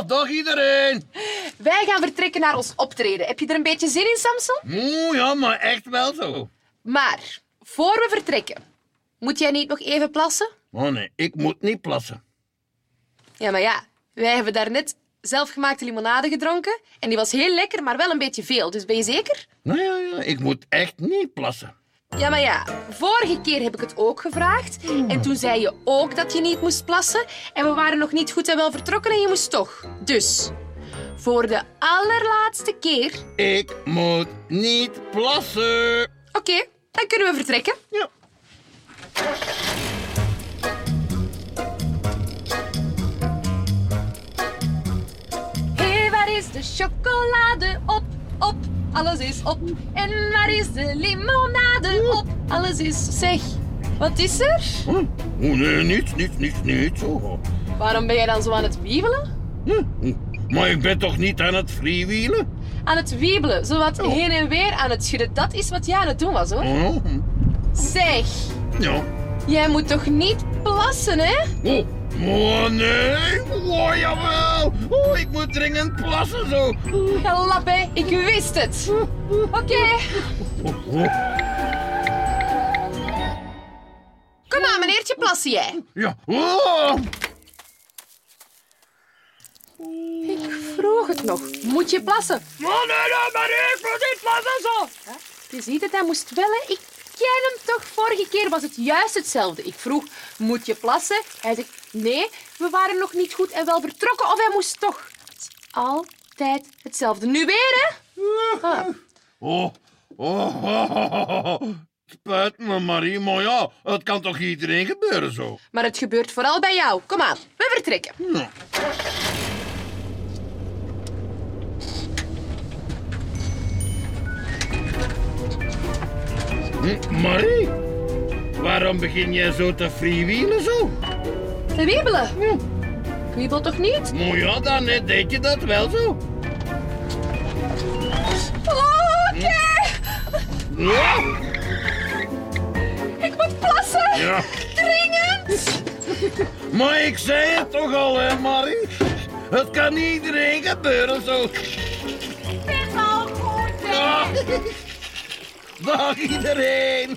dag iedereen. Wij gaan vertrekken naar ons optreden. Heb je er een beetje zin in, Samson? Ja, maar echt wel zo. Maar, voor we vertrekken, moet jij niet nog even plassen? Oh nee, ik moet niet plassen. Ja, maar ja, wij hebben daarnet zelfgemaakte limonade gedronken. En die was heel lekker, maar wel een beetje veel. Dus ben je zeker? Nou ja, ik moet echt niet plassen. Ja, maar ja, vorige keer heb ik het ook gevraagd. En toen zei je ook dat je niet moest plassen. En we waren nog niet goed en wel vertrokken en je moest toch. Dus, voor de allerlaatste keer... Ik moet niet plassen. Oké, dan kunnen we vertrekken. Ja. Hé, waar is de chocolade? Op, op, alles is op. En waar is de limonade? Op, alles is... Zeg, wat is er? Oh, nee, niets. Oh. Waarom ben jij dan zo aan het wiebelen? Maar ik ben toch niet aan het freewheelen? Aan het wiebelen, zo wat heen en weer aan het schudden. Dat is wat jij aan het doen was, hoor. Oh. Zeg, Ja. jij moet toch niet plassen, hè? Oh, nee. Oh, jawel. Oh, ik moet dringend plassen zo. Ja, lap, hè. Ik wist het. Oké. Kom aan, meneertje, plassen jij. Ja. Oh. Ik vroeg het nog. Moet je plassen? Oh, nee, maar ik moet niet plassen zo. Je ziet het, hij moest wel, hè. Ik ken hem toch. Vorige keer was het juist hetzelfde. Ik vroeg, moet je plassen? Hij zegt, nee, we waren nog niet goed en wel vertrokken of hij moest toch. Het is altijd hetzelfde. Nu weer, hè? Spijt me, Marie, maar ja, het kan toch iedereen gebeuren zo? Maar het gebeurt vooral bij jou. Kom aan, we vertrekken. Ja. Marie, waarom begin jij zo te freewheelen zo? Te wiebelen. Ik wiebel toch niet? Nou ja, daarnet deed je dat wel zo. Oké. Ja. Ik moet plassen. Ja. Dringend. Maar ik zei het toch al, hè, Marie? Het kan iedereen gebeuren zo. Het is al goed, hè. Ja. Dag iedereen.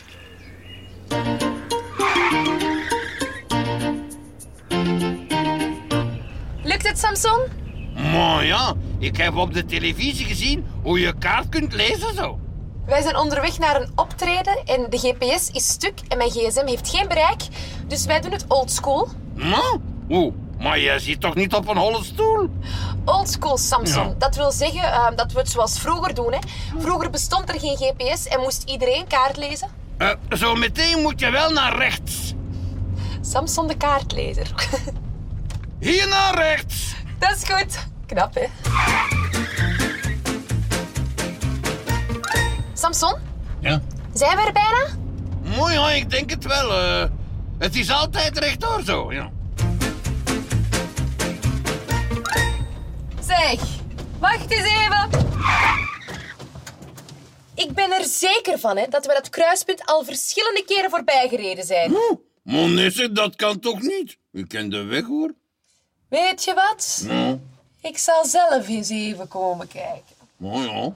Lukt het, Samson? Maar ja, ik heb op de televisie gezien hoe je kaart kunt lezen zo. Wij zijn onderweg naar een optreden en de GPS is stuk en mijn gsm heeft geen bereik. Dus wij doen het oldschool. Nou, maar jij zit toch niet op een holle stoel? Oldschool, Samson. Ja. Dat wil zeggen dat we het zoals vroeger doen. Hè. Vroeger bestond er geen GPS en moest iedereen kaart lezen. Zo meteen moet je wel naar rechts. Samson de kaartlezer. Hier naar rechts. Dat is goed. Knap, hè? Samson, Ja? zijn we er bijna? Mooi, ja, ik denk het wel. Het is altijd rechtdoor zo, ja. Zeg, wacht eens even. Ik ben er zeker van, hè, dat we dat kruispunt al verschillende keren voorbij gereden zijn. Maar Nisse, dat kan toch niet? Ik ken de weg, hoor. Weet je wat? Ja. Ik zal zelf eens even komen kijken. Maar ja.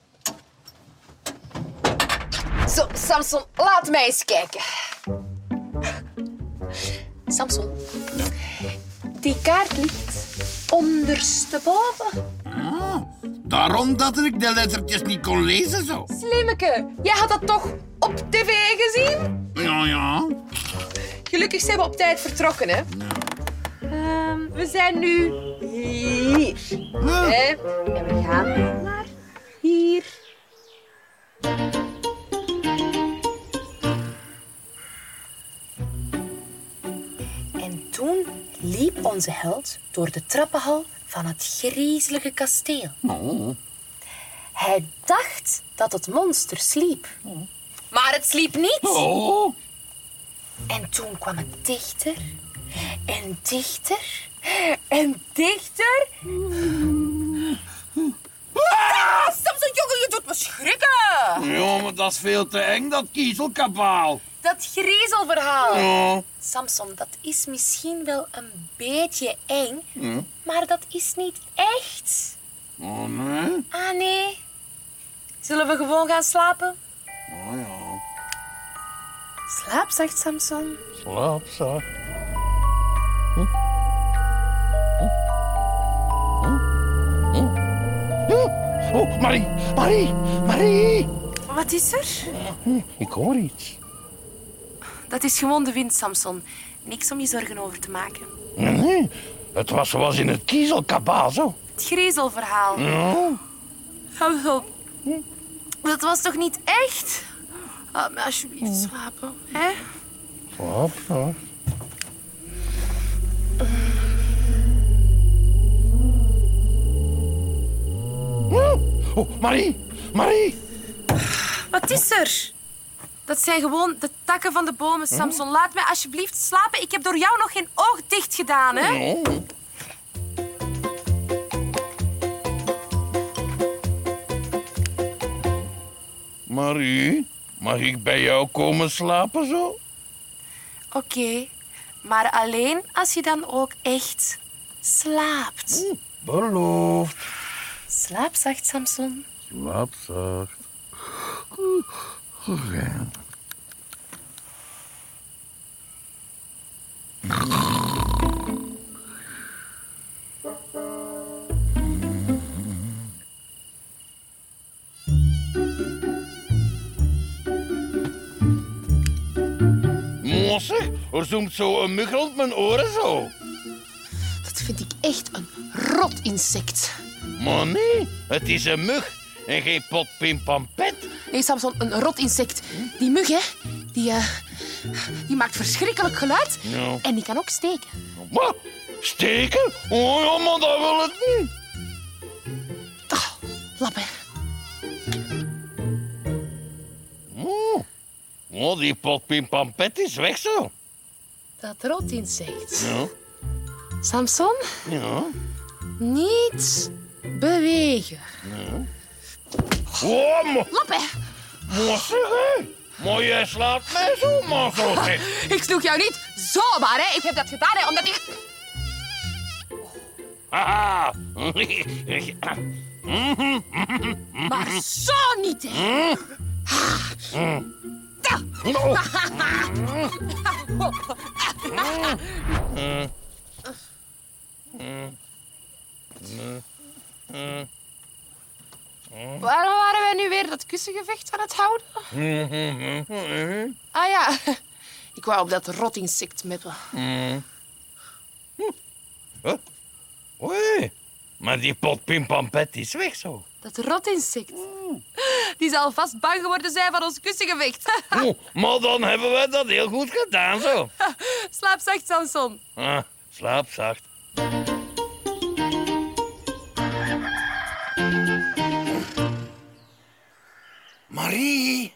Zo, Samson, laat mij eens kijken. Samson, die kaart ligt ondersteboven. Daarom dat ik de lettertjes niet kon lezen zo. Slimmeke, jij had dat toch op tv gezien? Ja. Gelukkig zijn we op tijd vertrokken, hè? We zijn nu hier. Hè? En we gaan naar hier. En toen liep onze held door de trappenhal van het griezelige kasteel. Hij dacht dat het monster sliep. Maar het sliep niet. Oh. En toen kwam het dichter en dichter en dichter. Ah, Samson, jongen, je doet me schrikken. Ja, maar dat is veel te eng, dat kiezelkabaal. Dat griezelverhaal. Ja. Samson, dat is misschien wel een beetje eng, maar dat is niet echt. Oh, nee? Ah, nee. Zullen we gewoon gaan slapen? Oh, ja. Slaap, zegt Samson. Slaap, zeg. Oh, Marie! Wat is er? Ik hoor iets. Dat is gewoon de wind, Samson. Niks om je zorgen over te maken. Nee, het was zoals in het kiezelkabaal, zo. Het griezelverhaal. Ja. Samson, dat was toch niet echt? Laat me alsjeblieft slapen, hè? Slaap, zeg. Oh, Marie! Wat is er? Dat zijn gewoon de takken van de bomen, Samson. Laat mij alsjeblieft slapen. Ik heb door jou nog geen oog dicht gedaan, hè? Oh. Marie, mag ik bij jou komen slapen zo? Oké, maar alleen als je dan ook echt slaapt. Beloofd. Slaap zacht, Samson. Slaap zacht. Oké. Zeg, er zoemt zo een mug rond mijn oren zo. Dat vind ik echt een rot insect. Maar nee, het is een mug en geen potpimpampet. Nee, Samson, een rot insect. Die mug, hè, die maakt verschrikkelijk geluid. Ja. En die kan ook steken. Wat? Steken? Oh ja, maar dat wil het niet. Oh, lappen. Oh, die potpimpampet is weg zo. Dat rot insect. Ja. Samson, Ja. niet bewegen. Oh, maar Lappen. zeg, hé. Maar jij slaat mij zomaar zo, zeg. Ik sloeg jou niet zomaar, hè. Ik heb dat gedaan, hè, omdat ik... Haha. Maar zo niet, hè. Waarom waren wij nu weer dat kussengevecht aan het houden? Ah ja, ik wou op dat rotinsect meppen. Oei, maar die potpimpampet is weg zo. Dat rotinsect. Die zal vast bang geworden zijn van ons kussengevecht. Oh, maar dan hebben wij dat heel goed gedaan zo. Slaap zacht, Samson. Ah, slaap zacht. Marie.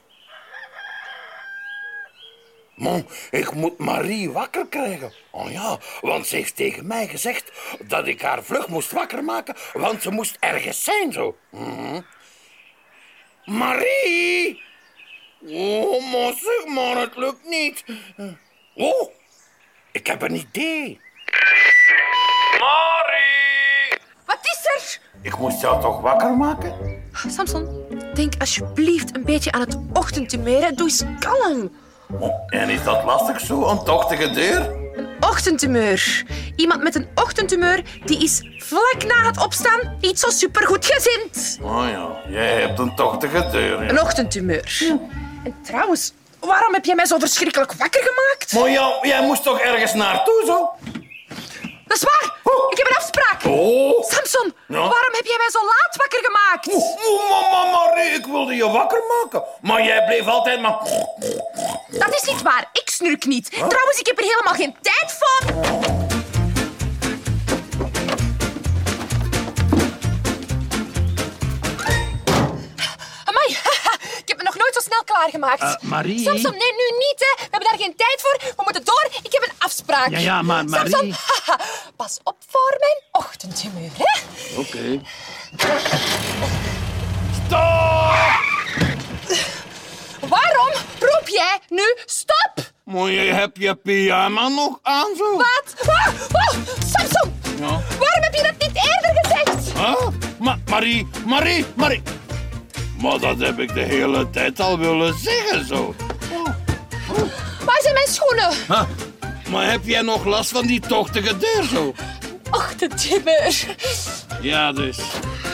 Man, ik moet Marie wakker krijgen. Oh ja, want ze heeft tegen mij gezegd dat ik haar vlug moest wakker maken, want ze moest ergens zijn zo. Marie! Oh, maar zeg maar, het lukt niet. Oh, ik heb een idee. Marie! Wat is er? Ik moest jou toch wakker maken? Samson, denk alsjeblieft een beetje aan het ochtendtumeur. Hè. Doe eens kalm. Oh, en is dat lastig zo, een tochtige deur? Ochtendtumeur. Iemand met een ochtendtumeur die is vlak na het opstaan niet zo supergoed gezind. Oh ja, jij hebt een tochtige deur. Ja. Een ochtendtumeur. En trouwens, waarom heb jij mij zo verschrikkelijk wakker gemaakt? Maar ja, jij moest toch ergens naartoe zo? Dat is waar. Ik heb een afspraak. Oh. Samson, Ja? waarom heb jij mij zo laat wakker gemaakt? Marie, ik wilde je wakker maken. Maar jij bleef altijd maar... Dat is niet waar. Ik snurk niet. Trouwens, ik heb er helemaal geen tijd voor. Amai, ik heb me nog nooit zo snel klaargemaakt. Marie? Samson, nee, nu niet, hè. We hebben daar geen tijd voor. We moeten door. Ik heb een afspraak. Ja, maar Marie... Samson, pas op voor mijn ochtendhumeur, hè. Oké. Stop! Waarom roep jij nu stop? Maar je hebt je pyjama nog aan zo? Wat? Samson, Ja. waarom heb je dat niet eerder Marie. Maar dat heb ik de hele tijd al willen zeggen, zo. Waar zijn mijn schoenen? Huh? Maar heb jij nog last van die tochtige deur, zo? Och, de dimmer. Ja, dus.